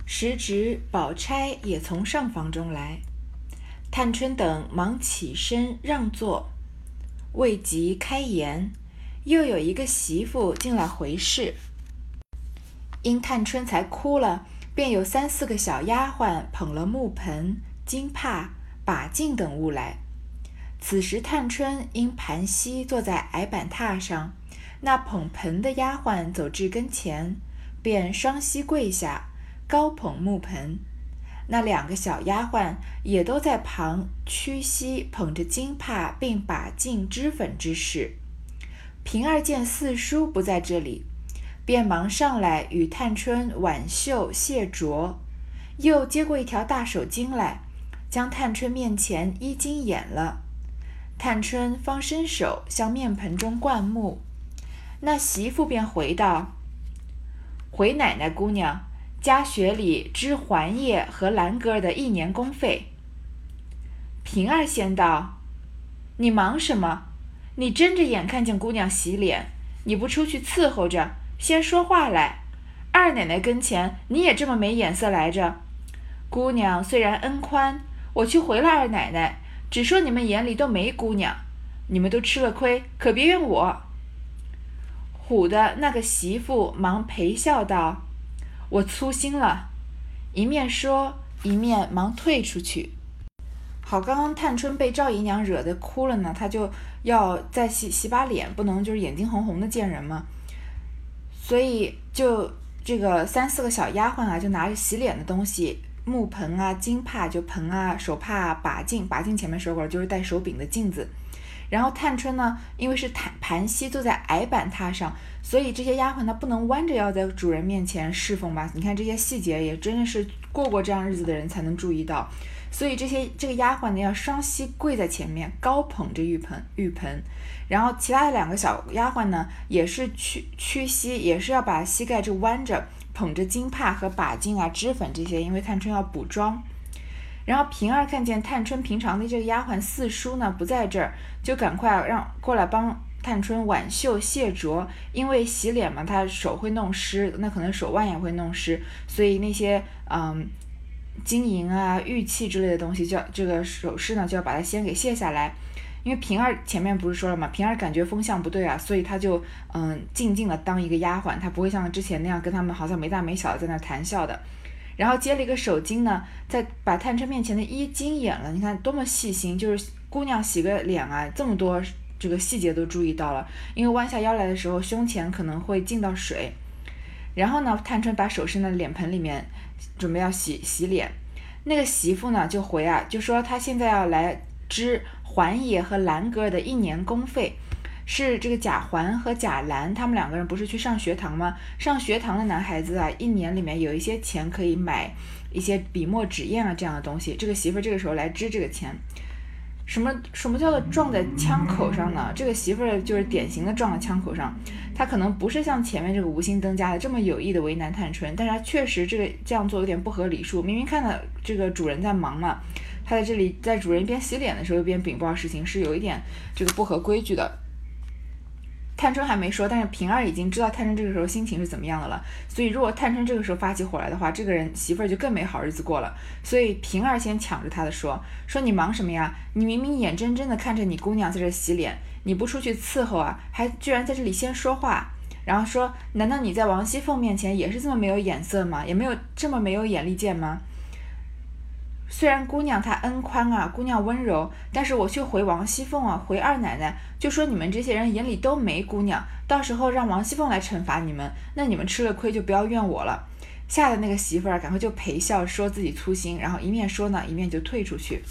时值宝钗也从上房中来，探春等忙起身让座，未及开言，又有一个媳妇进来回事。因探春才哭了，便有3、4个小丫鬟捧了木盆、金帕、把镜等物来。此时探春因盘膝坐在矮板榻上，那捧盆的丫鬟走至跟前，便双膝跪下，高捧木盆。那2个小丫鬟也都在旁屈膝捧着金帕并把镜脂粉之事。平儿见四叔不在这里，便忙上来与探春挽袖卸濯，又接过一条大手巾来，将探春面前衣襟掩了。探春方伸手向面盆中灌木，那媳妇便回道：回奶奶姑娘，家学里支环叶和兰哥的1年工费。平儿先道：你忙什么？你睁着眼看见姑娘洗脸，你不出去伺候着，先说话来。二奶奶跟前你也这么没眼色来着。姑娘虽然恩宽，我去回了二奶奶，只说你们眼里都没姑娘，你们都吃了亏，可别怨我。唬的那个媳妇忙陪笑道：我粗心了。一面说一面忙退出去。好，刚刚探春被赵姨娘惹得哭了呢，她就要再洗把脸，不能就是眼睛红红的见人嘛，所以就这个3、4个小丫鬟啊，就拿着洗脸的东西，木盆啊、金帕，就盆啊、手帕啊、把镜前面说过了，就是带手柄的镜子。然后探春呢，因为是盘膝坐在矮板榻上，所以这些丫鬟她不能弯着腰在主人面前侍奉吧。你看这些细节也真的是过这样日子的人才能注意到。所以这个丫鬟呢要双膝跪在前面，高捧着浴盆，然后其他的2个小丫鬟呢也是屈膝，也是要把膝盖弯着，捧着金帕和把镜啊、脂粉这些，因为探春要补妆。然后平儿看见探春平常的这个丫鬟四叔呢不在这儿，就赶快让过来帮探春挽袖卸濯，因为洗脸嘛，她手会弄湿，那可能手腕也会弄湿，所以那些金银啊、玉器之类的东西，就要这个首饰呢就要把它先给卸下来。因为平儿前面不是说了嘛，平儿感觉风向不对啊，所以她就静静的当一个丫鬟，她不会像之前那样跟他们好像没大没小的在那谈笑的。然后接了一个手巾呢，再把探春面前的衣襟掩了。你看多么细心，就是姑娘洗个脸啊，这么多这个细节都注意到了。因为弯下腰来的时候，胸前可能会浸到水。然后呢，探春把手伸到脸盆里面，准备要洗脸。那个媳妇呢就回啊，就说她现在要来支环爷和兰哥的1年工费。是这个贾环和贾兰，他们2个人不是去上学堂吗？上学堂的男孩子啊，1年里面有一些钱可以买一些笔墨纸砚啊这样的东西。这个媳妇这个时候来支这个钱，什么叫做撞在枪口上呢？这个媳妇就是典型的撞在枪口上。她可能不是像前面这个无心登家的这么有意的为难探春，但是她确实这样做有点不合理数。明明看到这个主人在忙嘛，她在这里在主人一边洗脸的时候一边禀报事情，是有一点这个不合规矩的。探春还没说，但是平儿已经知道探春这个时候心情是怎么样的了，所以如果探春这个时候发起火来的话，这个人媳妇儿就更没好日子过了。所以平儿先抢着她的说你忙什么呀？你明明眼睁睁的看着你姑娘在这洗脸，你不出去伺候啊，还居然在这里先说话。然后说，难道你在王熙凤面前也是这么没有眼色吗？也没有这么没有眼力见吗？虽然姑娘她恩宽啊，姑娘温柔，但是我去回王熙凤啊，回二奶奶，就说你们这些人眼里都没姑娘，到时候让王熙凤来惩罚你们，那你们吃了亏就不要怨我了。吓得那个媳妇儿赶快就陪笑说自己粗心，然后一面说呢，一面就退出去。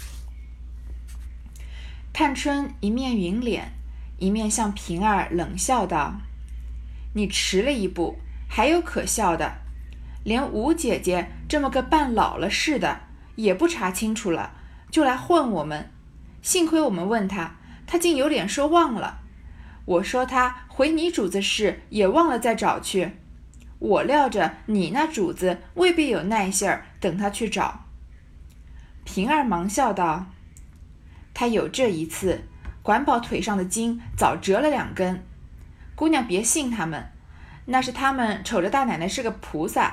探春一面匀脸，一面向平儿冷笑道：你迟了一步，还有可笑的，连吴姐姐这么个扮老了似的也不查清楚了，就来混我们。幸亏我们问他，他竟有脸说忘了。我说他回你主子事也忘了再找去，我料着你那主子未必有耐性儿，等他去找。平儿忙笑道：他有这一次，管保腿上的筋早折了2根。姑娘别信他们，那是他们瞅着大奶奶是个菩萨，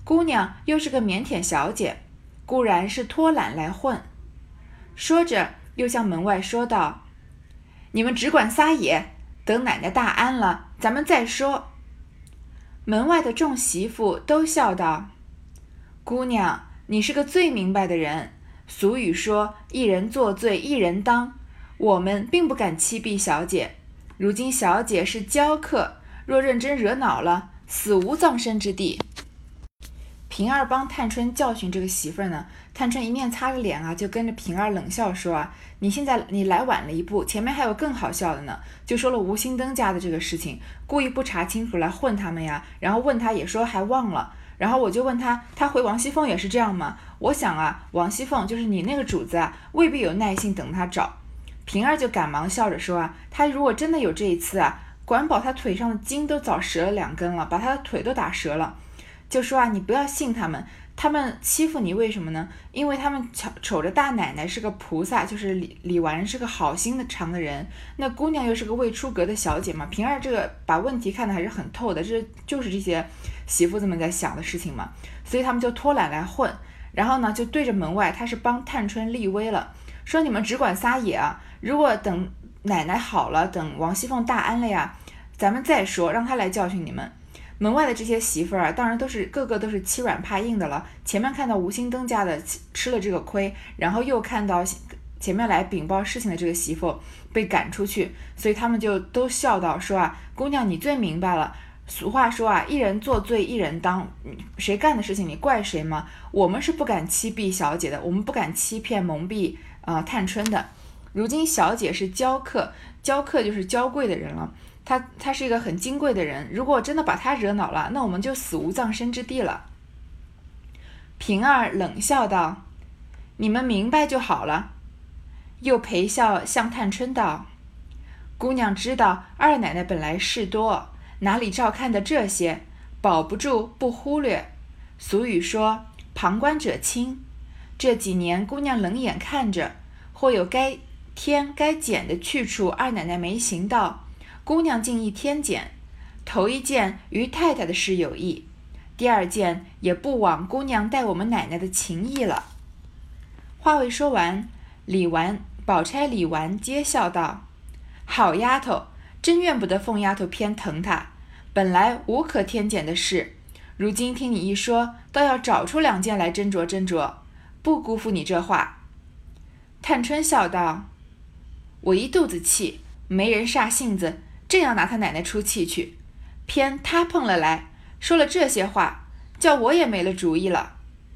姑娘又是个腼腆小姐，固然是托懒来混。说着又向门外说道：你们只管撒野，等奶奶大安了咱们再说。门外的众媳妇都笑道：姑娘，你是个最明白的人，俗语说一人作罪一人当，我们并不敢欺避小姐，如今小姐是娇客，若认真惹恼了，死无葬身之地。平儿帮探春教训这个媳妇儿呢，探春一面擦着脸啊，就跟着平儿冷笑说啊，你来晚了一步，前面还有更好笑的呢，就说了吴心登家的这个事情，故意不查清楚来混他们呀，然后问他也说还忘了，然后我就问他回王熙凤也是这样吗？我想啊，王熙凤就是你那个主子啊，未必有耐心等他找。平儿就赶忙笑着说啊，他如果真的有这一次啊，管保他腿上的筋都早折了2根了，把他的腿都打折了。就说啊，你不要信他们，他们欺负你为什么呢？因为他们瞅着大奶奶是个菩萨，就是李纨是个好心的肠的人，那姑娘又是个未出阁的小姐嘛。平儿这个把问题看得还是很透的，就是这些媳妇子们在想的事情嘛，所以他们就托懒来混，然后呢就对着门外，他是帮探春立威了，说你们只管撒野啊，如果等奶奶好了，等王熙凤大安了呀，咱们再说，让她来教训你们。门外的这些媳妇儿啊，当然个个都是欺软怕硬的了。前面看到吴心登家的吃了这个亏，然后又看到前面来禀报事情的这个媳妇被赶出去，所以他们就都笑道说啊，姑娘你最明白了。俗话说啊，一人作罪一人当，谁干的事情你怪谁吗？我们是不敢欺避小姐的，我们不敢欺骗蒙蔽探春的。如今小姐是娇客，娇客就是娇贵的人了。他是一个很金贵的人，如果真的把他惹恼了，那我们就死无葬身之地了。平儿冷笑道：你们明白就好了。又陪笑向探春道：姑娘知道二奶奶本来事多，哪里照看的这些，保不住不忽略。俗语说旁观者清，这几年姑娘冷眼看着，或有该添该减的去处，二奶奶没行到，姑娘竟一添减。头一件与太太的事有益，第二件也不枉姑娘待我们奶奶的情谊了。话未说完，宝钗李纨皆笑道：好丫头，真怨不得凤丫头偏疼她，本来无可添减的事，如今听你一说，倒要找出2件来斟酌斟酌，不辜负你这话。探春笑道：我一肚子气，没人煞性子，正要拿他奶奶出气去，偏他碰了来，说了这些话，叫我也没了主意了。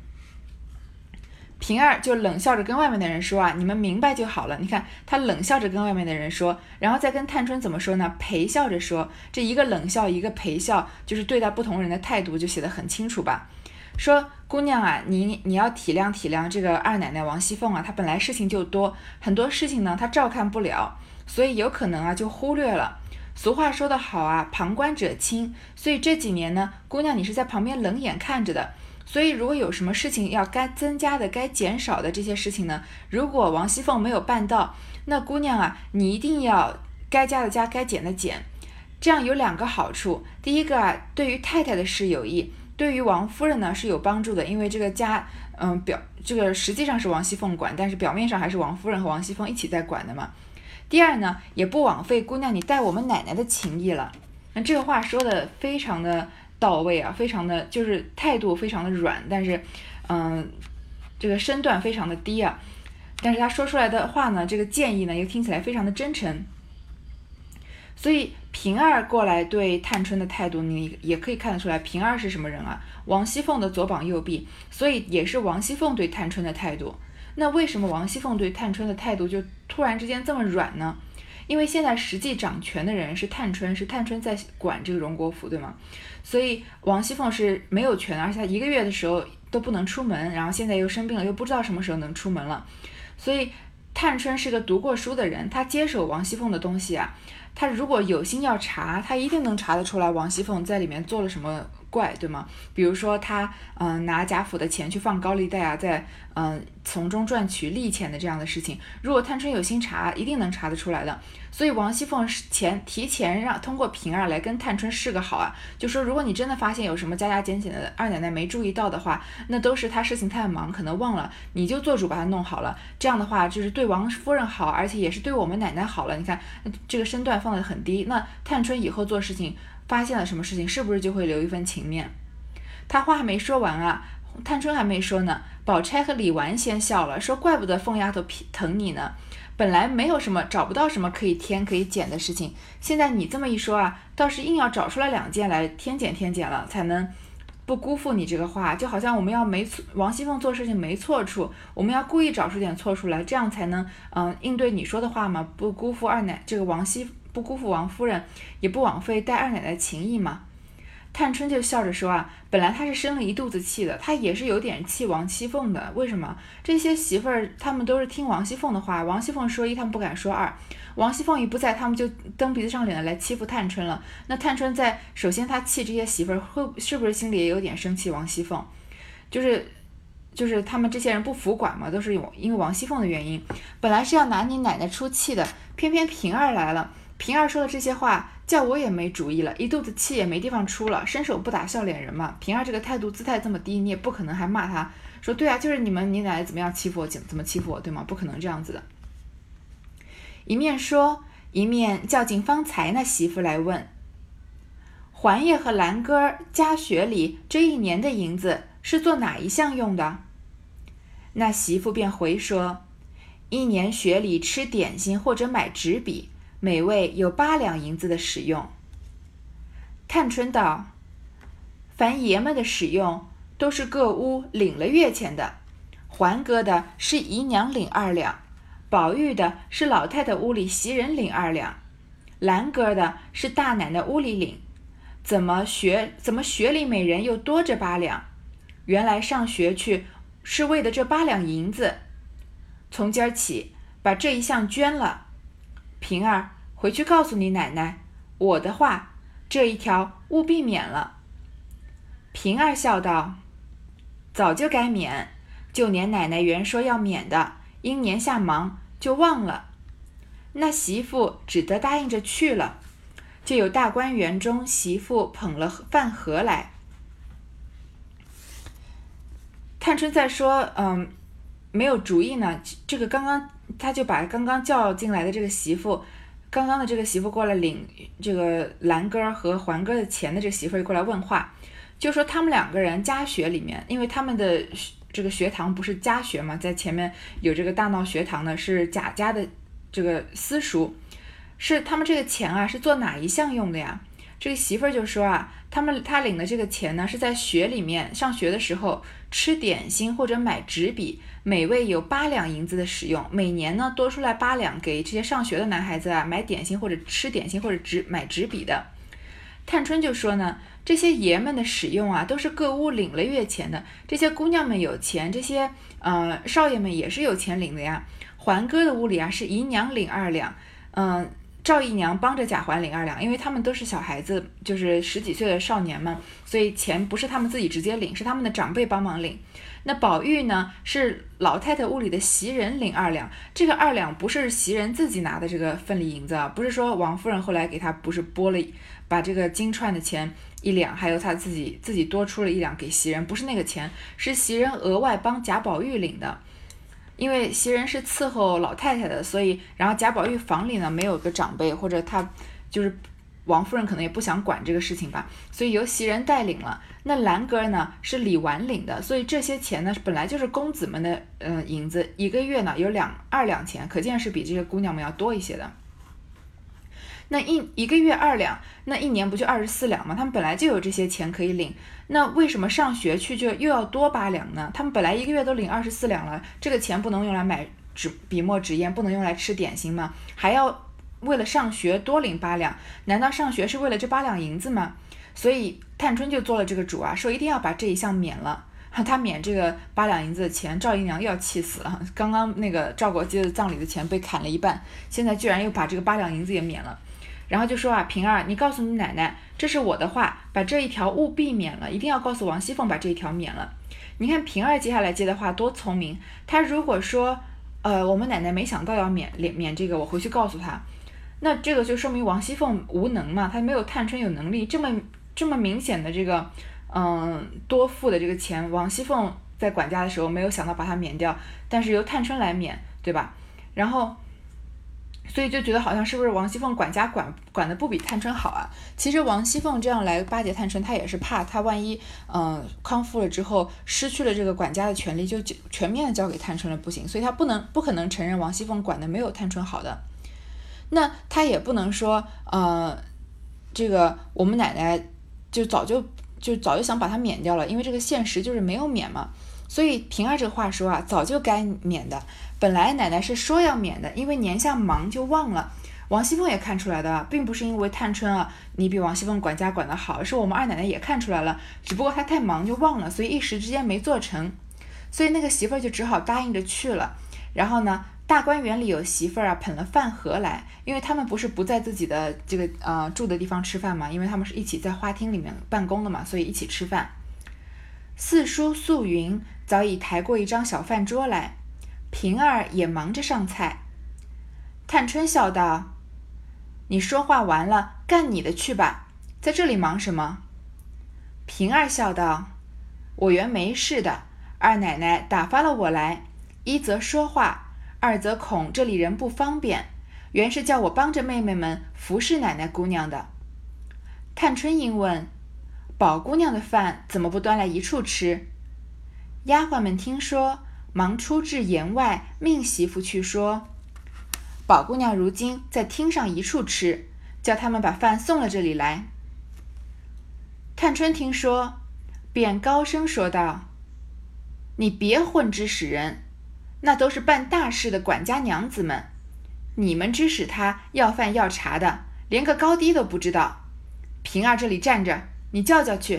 平儿就冷笑着跟外面的人说啊，你们明白就好了。你看他冷笑着跟外面的人说，然后再跟探春怎么说呢？陪笑着说，这一个冷笑一个陪笑，就是对待不同人的态度就写得很清楚吧。说姑娘啊，你要体谅体谅这个二奶奶王熙凤啊，她本来事情就多，很多事情呢她照看不了，所以有可能啊就忽略了。俗话说得好啊，旁观者清，所以这几年呢，姑娘你是在旁边冷眼看着的。所以如果有什么事情要该增加的该减少的这些事情呢，如果王熙凤没有办到，那姑娘啊你一定要该加的加，该减的减。这样有2个好处，第一个啊，对于太太的事有益，对于王夫人呢是有帮助的，因为这个家这个实际上是王熙凤管，但是表面上还是王夫人和王熙凤一起在管的嘛。第二呢，也不枉费姑娘你待我们奶奶的情谊了。那这个话说的非常的到位啊，非常的就是态度非常的软，但是这个身段非常的低啊，但是他说出来的话呢，这个建议呢又听起来非常的真诚。所以平儿过来对探春的态度，你也可以看得出来，平儿是什么人啊？王熙凤的左膀右臂，所以也是王熙凤对探春的态度。那为什么王熙凤对探春的态度就突然之间这么软呢？因为现在实际掌权的人是探春，是探春在管这个荣国府，对吗？所以王熙凤是没有权的，而且她1个月的时候都不能出门，然后现在又生病了，又不知道什么时候能出门了。所以探春是个读过书的人，她接手王熙凤的东西啊，她如果有心要查，她一定能查得出来王熙凤在里面做了什么怪，对吗？比如说他拿贾府的钱去放高利贷啊，在从中赚取利钱的这样的事情，如果探春有心查，一定能查得出来的。所以王熙凤提前通过平儿来跟探春示个好啊，就说如果你真的发现有什么加加减减的二奶奶没注意到的话，那都是她事情太忙，可能忘了，你就做主把它弄好了。这样的话就是对王夫人好，而且也是对我们奶奶好了。你看这个身段放得很低，那探春以后做事情发现了什么事情，是不是就会留一份情面？她话还没说完啊，探春还没说呢，宝钗和李纨先笑了，说怪不得凤丫头疼你呢，本来没有什么，找不到什么可以添可以减的事情，现在你这么一说啊，倒是硬要找出来2件来添减了，才能不辜负你这个话。就好像我们要王熙凤做事情没错处，我们要故意找出点错处来，这样才能应对你说的话嘛，不辜负不辜负王夫人，也不枉费带二奶奶情谊嘛。探春就笑着说啊，本来她是生了一肚子气的，她也是有点气王熙凤的。为什么？这些媳妇儿她们都是听王熙凤的话，王熙凤说一，他们不敢说二。王熙凤一不在，他们就蹬鼻子上脸来欺负探春了。那探春首先她气这些媳妇儿，是不是心里也有点生气王熙凤？就是他们这些人不服管嘛，都是因为王熙凤的原因。本来是要拿你奶奶出气的，偏偏平儿来了。平儿说的这些话，叫我也没主意了，一肚子气也没地方出了，伸手不打笑脸人嘛。平儿这个态度姿态这么低，你也不可能还骂他说对啊，就是你奶奶怎么样欺负我，怎么欺负我，对吗？不可能这样子的。一面说，一面叫进方才那媳妇来问，环爷和兰哥家学里这1年的银子是做哪一项用的？那媳妇便回说，1年学里吃点心或者买纸笔，每位有8两银子的使用。探春道，凡爷们的使用都是各屋领了月钱的，环哥的是姨娘领2两，宝玉的是老太太屋里袭人领2两，兰哥的是大奶奶屋里领，怎么学里每人又多这8两？原来上学去是为的这8两银子，从今儿起把这一项捐了。平儿回去告诉你奶奶，我的话这一条务必免了。平儿笑道，早就该免，就连奶奶原说要免的，因年下忙就忘了。那媳妇只得答应着去了，就有大观园中媳妇捧了饭盒来。探春在说没有主意呢，这个刚刚他就把刚刚叫进来的这个媳妇，刚刚的这个媳妇过来领这个兰哥和环哥的钱的这个媳妇过来问话，就说他们2个人家学里面，因为他们的这个学堂不是家学嘛，在前面有这个大闹学堂的是贾家的这个私塾，是他们这个钱啊是做哪一项用的呀？这个媳妇儿就说啊，他领的这个钱呢，是在学里面上学的时候吃点心或者买纸笔，每位有8两银子的使用，每年呢多出来8两给这些上学的男孩子啊买点心或者吃点心或者买纸笔的。探春就说呢，这些爷们的使用啊，都是各屋领了月钱的，这些姑娘们有钱，这些少爷们也是有钱领的呀。环哥的屋里啊，是姨娘领2两，赵姨娘帮着贾环领2两，因为他们都是小孩子，就是10几岁的少年嘛，所以钱不是他们自己直接领，是他们的长辈帮忙领。那宝玉呢，是老太太屋里的袭人领2两，这个2两不是袭人自己拿的这个份里银子啊，不是说王夫人后来给他不是拨了，把这个金钏的钱1两，还有他自己多出了1两给袭人，不是那个钱，是袭人额外帮贾宝玉领的。因为袭人是伺候老太太的，所以然后贾宝玉房里呢没有个长辈，或者他就是王夫人可能也不想管这个事情吧，所以由袭人带领了。那兰哥呢是李纨领的，所以这些钱呢本来就是公子们的银子，一个月呢有2两钱，可见是比这些姑娘们要多一些的。那一个月2两，那1年不就24两吗？他们本来就有这些钱可以领，那为什么上学去就又要多8两呢？他们本来一个月都领24两了，这个钱不能用来买笔墨纸砚，不能用来吃点心吗？还要为了上学多领8两，难道上学是为了这8两银子吗？所以探春就做了这个主啊，说一定要把这一项免了。他免这个8两银子的钱，赵姨娘又要气死了。刚刚那个赵国基的葬礼的钱被砍了一半，现在居然又把这个8两银子也免了。 然后就说平儿，你告诉你奶奶，这是我的话，把这一条务必免了，一定要告诉王熙凤把这一条免了。你看平儿接下来接的话多聪明，她如果说我们奶奶没想到要免这个，我回去告诉她，那这个就说明王熙凤无能嘛，她没有探春有能力，这么明显的这个多付的这个钱，王熙凤在管家的时候没有想到把它免掉，但是由探春来免，对吧？然后所以就觉得好像是不是王熙凤管家管的不比探春好啊？其实王熙凤这样来巴结探春，她也是怕她万一康复了之后失去了这个管家的权利，就全面的交给探春了，不行，所以她不可能承认王熙凤管的没有探春好的。那她也不能说这个我们奶奶就早就想把它免掉了，因为这个现实就是没有免嘛。所以平儿这话说早就该免的，本来奶奶是说要免的，因为年下忙就忘了。王熙凤也看出来的，并不是因为探春你比王熙凤管家管得好，是我们二奶奶也看出来了，只不过她太忙就忘了，所以一时之间没做成。所以那个媳妇儿就只好答应着去了。然后呢，大观园里有媳妇儿捧了饭盒来，因为他们不是不在自己的这个住的地方吃饭嘛，因为他们是一起在花厅里面办公的嘛，所以一起吃饭。四叔素云早已抬过一张小饭桌来，平儿也忙着上菜。探春笑道：“你说话完了，干你的去吧，在这里忙什么？”平儿笑道：“我原没事的，二奶奶打发了我来，一则说话，二则恐这里人不方便，原是叫我帮着妹妹们服侍奶奶姑娘的。”探春应问：“宝姑娘的饭怎么不端来一处吃？”丫鬟们听说，忙出至檐外，命媳妇去说：“宝姑娘如今在厅上一处吃，叫他们把饭送了这里来。”探春听说，便高声说道：“你别混指使人，那都是办大事的管家娘子们，你们指使他要饭要茶的，连个高低都不知道。平儿这里站着，你叫去。”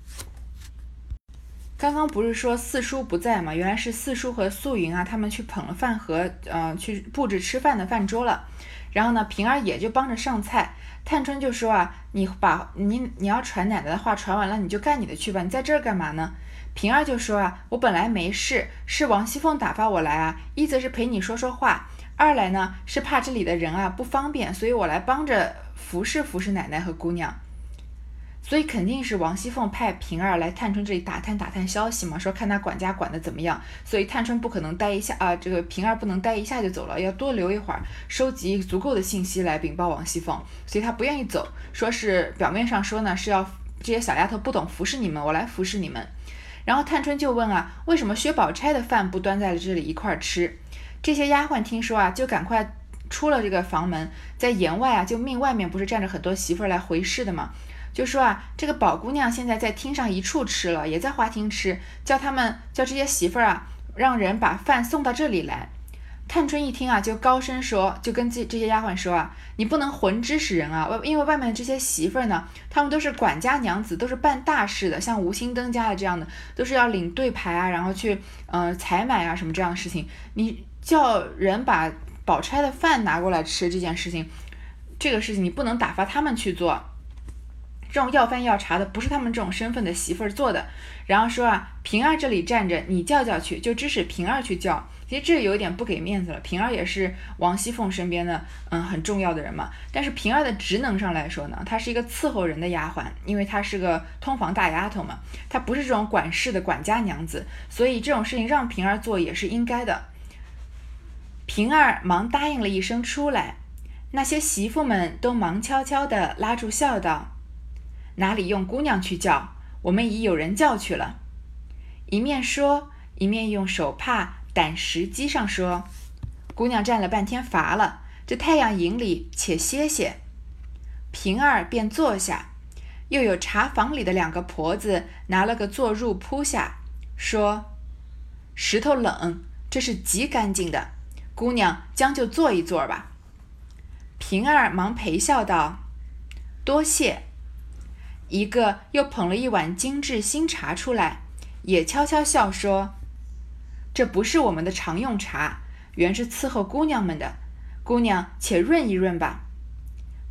刚刚不是说四叔不在吗？原来是四叔和素云他们去捧了饭盒，去布置吃饭的饭桌了。然后呢，平儿也就帮着上菜。探春就说你要传奶奶的话传完了，你就干你的去吧，你在这儿干嘛呢？平儿就说我本来没事，是王熙凤打发我来一则是陪你说说话，二来呢是怕这里的人不方便，所以我来帮着服侍奶奶和姑娘。所以肯定是王熙凤派平儿来探春这里打探消息嘛，说看他管家管得怎么样。所以探春不可能待一下这个平儿不能待一下就走了，要多留一会儿，收集足够的信息来禀报王熙凤。所以她不愿意走，说是表面上说呢是要这些小丫头不懂服侍你们，我来服侍你们。然后探春就问为什么薛宝钗的饭不端在了这里一块吃？这些丫鬟听说就赶快出了这个房门，在檐外就命外面不是站着很多媳妇儿来回事的嘛。就说这个宝姑娘现在在厅上一处吃了，也在花厅吃，叫这些媳妇儿让人把饭送到这里来。探春一听就高声说，就跟这些丫鬟说你不能混指使人因为外面的这些媳妇儿呢，她们都是管家娘子，都是办大事的，像吴兴登家的这样的，都是要领对牌然后去采买什么这样的事情。你叫人把宝钗的饭拿过来吃这件事情，这个事情你不能打发他们去做。这种要饭要茶的不是他们这种身份的媳妇儿做的。然后说平儿这里站着，你叫去，就指使平儿去叫。其实这有点不给面子了，平儿也是王熙凤身边的很重要的人嘛。但是平儿的职能上来说呢，她是一个伺候人的丫鬟，因为她是个通房大丫头嘛，她不是这种管事的管家娘子，所以这种事情让平儿做也是应该的。平儿忙答应了一声出来，那些媳妇们都忙悄悄地拉住笑道：“哪里用姑娘去叫，我们已有人叫去了。”一面说，一面用手帕掸石机上说：“姑娘站了半天乏了，这太阳营里且歇歇。”平儿便坐下，又有茶房里的两个婆子拿了个坐褥铺下，说：“石头冷，这是极干净的，姑娘将就坐一坐吧。”平儿忙陪笑道：“多谢。”一个又捧了一碗精致新茶出来，也悄悄笑说：“这不是我们的常用茶，原是伺候姑娘们的，姑娘且润一润吧。”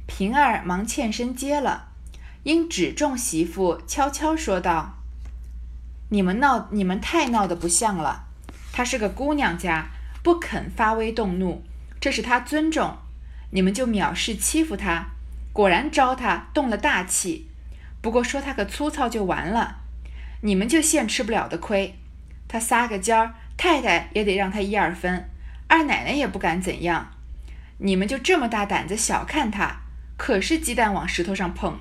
平儿忙欠身接了，因指中媳妇，悄悄说道：“你们太闹得不像了。她是个姑娘家，不肯发威动怒，这是她尊重，你们就藐视欺负她，果然招她动了大气。不过说她个粗糙就完了，你们就现吃不了的亏。她撒个娇儿，太太也得让她一二分，二奶奶也不敢怎样。你们就这么大胆子小看她，可是鸡蛋往石头上碰。”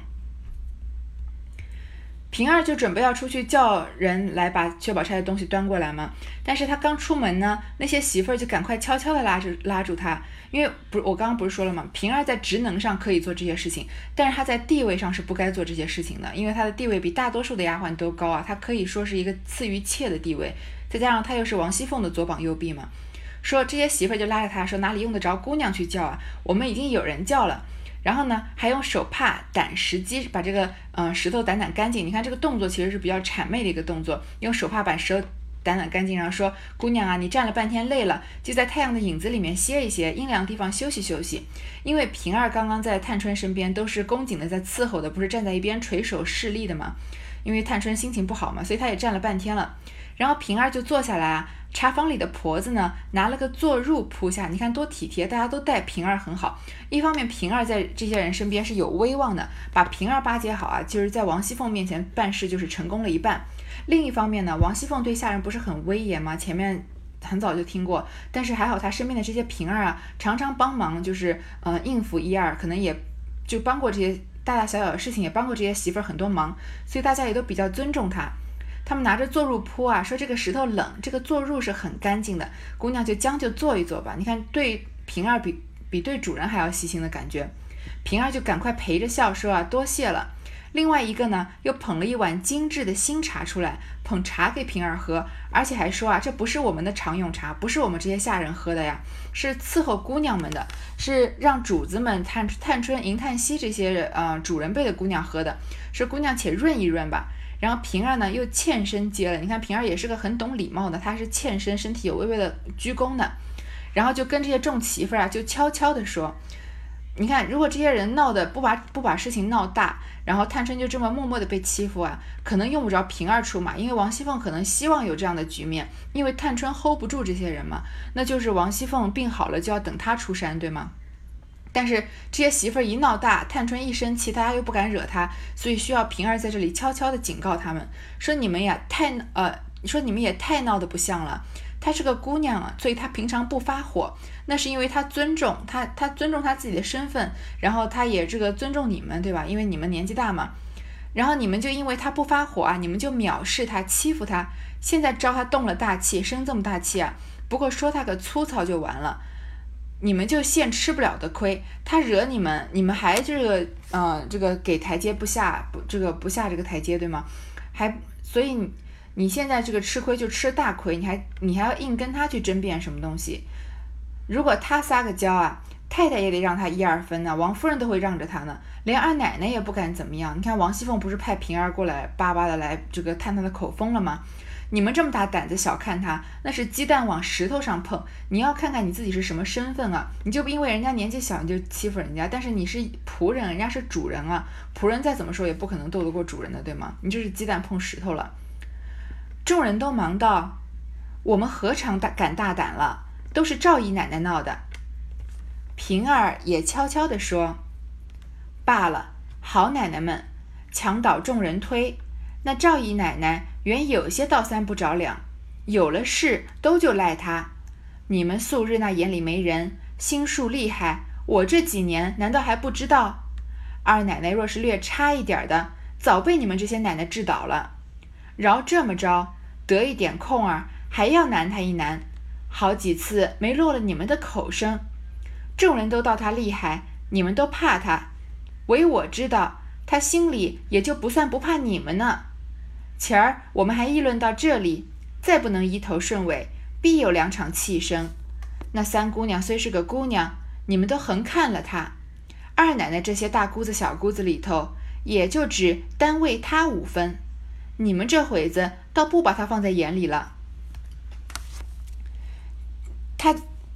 平儿就准备要出去叫人来把薛宝钗的东西端过来嘛，但是他刚出门呢，那些媳妇儿就赶快悄悄地拉住他，因为我刚刚不是说了吗？平儿在职能上可以做这些事情，但是他在地位上是不该做这些事情的，因为他的地位比大多数的丫鬟都高啊，他可以说是一个次于妾的地位，再加上他又是王熙凤的左膀右臂嘛。说这些媳妇儿就拉着他说，哪里用得着姑娘去叫啊？我们已经有人叫了。然后呢，还用手帕掸石机，把这个石头掸干净。你看这个动作其实是比较谄媚的一个动作，用手帕把石头掸干净，然后说：“姑娘啊，你站了半天累了，就在太阳的影子里面歇一歇，阴凉地方休息休息。”因为平儿刚刚在探春身边都是恭谨的在伺候的，不是站在一边垂手侍立的嘛。因为探春心情不好嘛，所以她也站了半天了。然后平儿就坐下来啊，茶房里的婆子呢拿了个坐褥铺下，你看多体贴，大家都待平儿很好。一方面平儿在这些人身边是有威望的，把平儿巴结好啊，就是在王熙凤面前办事就是成功了一半。另一方面呢，王熙凤对下人不是很威严吗？前面很早就听过，但是还好她身边的这些平儿啊，常常帮忙，就是应付一二，可能也就帮过这些大大小小的事情，也帮过这些媳妇儿很多忙，所以大家也都比较尊重她。他们拿着坐褥铺啊，说这个石头冷，这个坐褥是很干净的，姑娘就将就坐一坐吧。你看对平儿比对主人还要细心的感觉。平儿就赶快陪着笑说啊，多谢了。另外一个呢，又捧了一碗精致的新茶出来，捧茶给平儿喝，而且还说啊，这不是我们的常用茶，不是我们这些下人喝的呀，是伺候姑娘们的，是让主子们探春、迎叹息这些主人辈的姑娘喝的，说姑娘且润一润吧。然后平儿呢又欠身接了，你看平儿也是个很懂礼貌的，她是欠身，身体有微微的鞠躬的，然后就跟这些众媳妇啊就悄悄地说，你看如果这些人闹的不把事情闹大，然后探春就这么默默的被欺负啊，可能用不着平儿出马，因为王熙凤可能希望有这样的局面，因为探春 hold 不住这些人嘛，那就是王熙凤病好了就要等她出山，对吗？但是这些媳妇儿一闹大，探春一生气，大家又不敢惹她，所以需要平儿在这里悄悄地警告他们，说你们也太闹得不像了。她是个姑娘啊，所以她平常不发火，那是因为她尊重她尊重她自己的身份，然后她也这个尊重你们，对吧？因为你们年纪大嘛，然后你们就因为她不发火啊，你们就藐视她，欺负她，现在招她动了大气，生这么大气啊，不过说她个粗糙就完了。你们就现吃不了的亏，他惹你们，你们还这个给台阶不下，不下这个台阶，对吗？所以你现在这个吃亏就吃大亏，你还要硬跟他去争辩什么东西？如果他撒个娇啊，太太也得让他一二分呢，王夫人都会让着他呢，连二奶奶也不敢怎么样。你看王熙凤不是派平儿过来巴巴的来这个探他的口风了吗？你们这么大胆子小看他，那是鸡蛋往石头上碰。你要看看你自己是什么身份啊！你就因为人家年纪小你就欺负人家，但是你是仆人，人家是主人啊，仆人再怎么说也不可能斗得过主人的，对吗？你就是鸡蛋碰石头了。众人都忙道：“我们何尝敢大胆了？都是赵姨奶奶闹的。”平儿也悄悄地说：“罢了，好奶奶们，墙倒众人推。那赵姨奶奶原有些倒三不着两，有了事都就赖她。你们素日那眼里没人，心术厉害，我这几年难道还不知道？二奶奶若是略差一点的，早被你们这些奶奶治倒了。饶这么着，得一点空儿，还要难她一难，好几次没落了你们的口声。众人都道她厉害，你们都怕她，唯我知道，她心里也就不算不怕你们呢。前儿我们还议论到这里，再不能依头顺尾，必有两场气声。那三姑娘虽是个姑娘，你们都横看了她，二奶奶这些大姑子小姑子里头，也就只单为她5分，你们这会子倒不把她放在眼里了。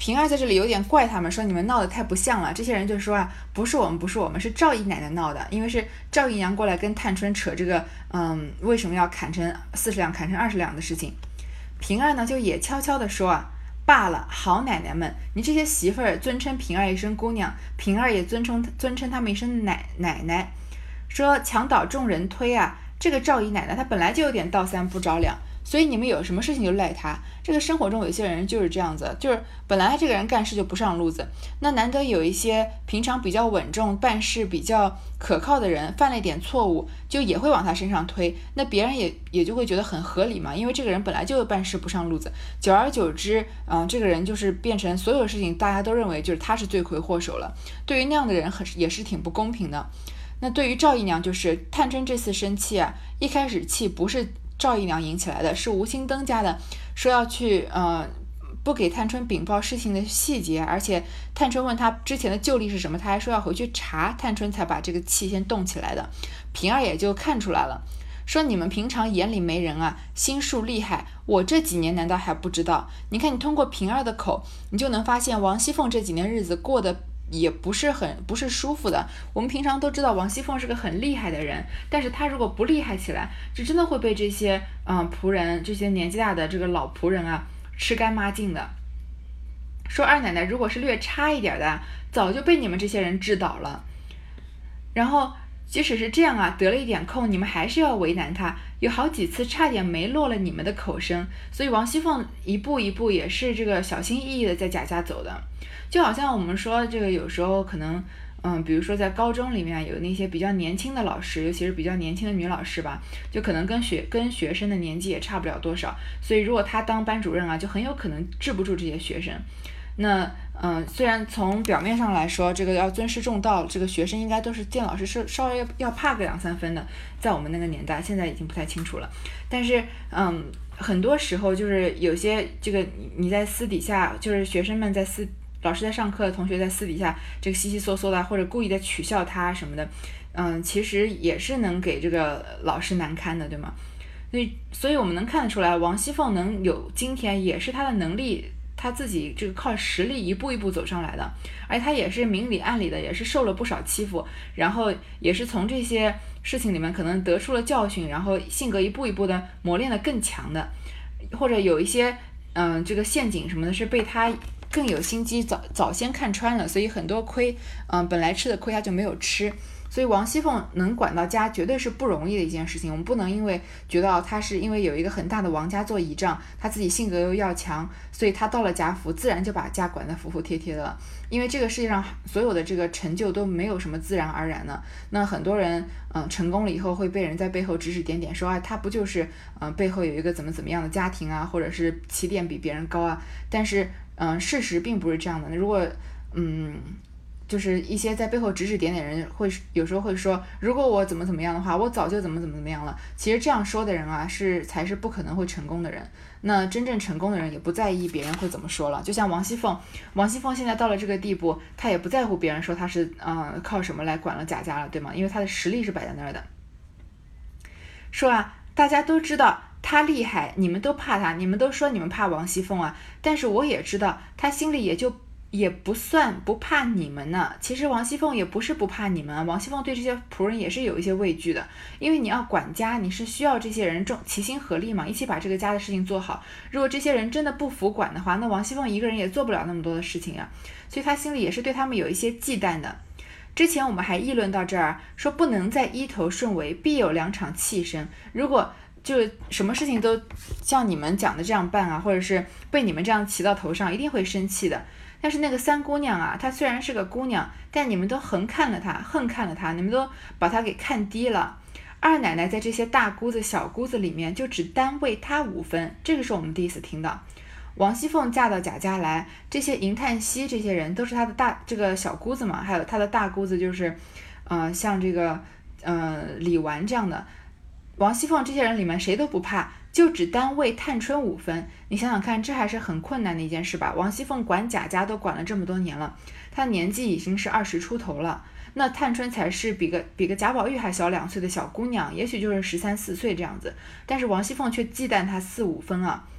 平儿在这里有点怪他们，说你们闹得太不像了。这些人就说啊，不是我们，是赵姨奶奶闹的，因为是赵姨娘过来跟探春扯这个，为什么要砍成40两，砍成20两的事情。平儿呢就也悄悄地说啊，罢了，好奶奶们，你这些媳妇儿尊称平儿一声姑娘，平儿也尊称他们一声奶奶，说墙倒众人推啊，这个赵姨奶奶她本来就有点倒三不着两。所以你们有什么事情就赖他。这个生活中有些人就是这样子，就是本来这个人干事就不上路子，那难得有一些平常比较稳重、办事比较可靠的人犯了一点错误，就也会往他身上推，那别人也就会觉得很合理嘛，因为这个人本来就办事不上路子，久而久之，这个人就是变成所有事情大家都认为就是他是罪魁祸首了。对于那样的人也是挺不公平的。那对于赵姨娘，就是探春这次生气啊，一开始气不是赵姨娘引起来的，是吴兴登家的，说要去不给探春禀报事情的细节，而且探春问他之前的旧例是什么，他还说要回去查，探春才把这个气先动起来的。平儿也就看出来了，说你们平常眼里没人啊，心术厉害，我这几年难道还不知道？你看你通过平儿的口，你就能发现王熙凤这几年日子过得也不是舒服的。我们平常都知道王熙凤是个很厉害的人，但是她如果不厉害起来，这真的会被这些仆人，这些年纪大的这个老仆人啊吃干抹净的。说二奶奶如果是略差一点的，早就被你们这些人治倒了。然后即使是这样啊，得了一点空，你们还是要为难他，有好几次差点没落了你们的口声。所以王熙凤一步一步也是这个小心翼翼的在贾家走的。就好像我们说这个有时候可能比如说在高中里面有那些比较年轻的老师，尤其是比较年轻的女老师吧，就可能跟学生的年纪也差不了多少，所以如果她当班主任啊，就很有可能治不住这些学生。那虽然从表面上来说，这个要尊师重道，这个学生应该都是见老师是稍微要怕个2-3分的，在我们那个年代，现在已经不太清楚了。但是很多时候就是有些这个你在私底下，就是学生们老师在上课，同学在私底下这个稀稀嗦嗦的，或者故意的取笑他什么的，其实也是能给这个老师难堪的，对吗？所以我们能看得出来，王熙凤能有今天，也是她的能力，她自己这个靠实力一步一步走上来的，而且她也是明里暗里的，也是受了不少欺负，然后也是从这些事情里面可能得出了教训，然后性格一步一步的磨练得更强的，或者有一些这个陷阱什么的是被她更有心机早先看穿了，所以很多亏本来吃的亏她就没有吃。所以王熙凤能管到家绝对是不容易的一件事情，我们不能因为觉得她是因为有一个很大的王家做倚仗，她自己性格又要强，所以她到了贾府自然就把家管得服服帖帖的了。因为这个世界上所有的这个成就都没有什么自然而然的，那很多人成功了以后会被人在背后指指点点，说啊他不就是背后有一个怎么样的家庭啊，或者是起点比别人高啊，但是事实并不是这样的。如果就是一些在背后指指点点的人有时候会说，如果我怎么样的话，我早就怎么样了。其实这样说的人啊，才是不可能会成功的人。那真正成功的人也不在意别人会怎么说了。就像王熙凤现在到了这个地步，她也不在乎别人说她是靠什么来管了贾家了，对吗？因为她的实力是摆在那儿的。说啊，大家都知道她厉害，你们都怕她，你们都说你们怕王熙凤啊，但是我也知道她心里也不算不怕你们呢。其实王熙凤也不是不怕你们，王熙凤对这些仆人也是有一些畏惧的，因为你要管家，你是需要这些人齐心合力嘛，一起把这个家的事情做好。如果这些人真的不服管的话，那王熙凤一个人也做不了那么多的事情啊，所以她心里也是对他们有一些忌惮的。之前我们还议论到这儿，说不能再依头顺尾，必有2场气声。如果就什么事情都像你们讲的这样办啊，或者是被你们这样骑到头上，一定会生气的。但是那个三姑娘啊，她虽然是个姑娘，但你们都横看了她，恨看了她，你们都把她给看低了。二奶奶在这些大姑子小姑子里面，就只单为她5分，这个是我们第一次听到。王熙凤嫁到贾家来，这些银叹息这些人都是她的这个小姑子嘛，还有她的大姑子就是像这个李纨这样的。王熙凤这些人里面谁都不怕，就只单为探春5分。你想想看，这还是很困难的一件事吧？王熙凤管贾家都管了这么多年了，她年纪已经是20出头了，那探春才是比个贾宝玉还小2岁的小姑娘，也许就是13、14岁这样子，但是王熙凤却忌惮她4、5分啊。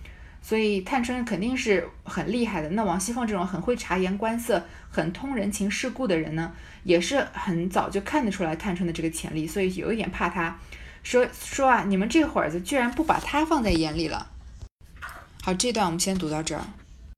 所以探春肯定是很厉害的。那王熙凤这种很会察言观色、很通人情世故的人呢，也是很早就看得出来探春的这个潜力，所以有一点怕她，说啊，你们这伙子居然不把她放在眼里了。好，这段我们先读到这儿。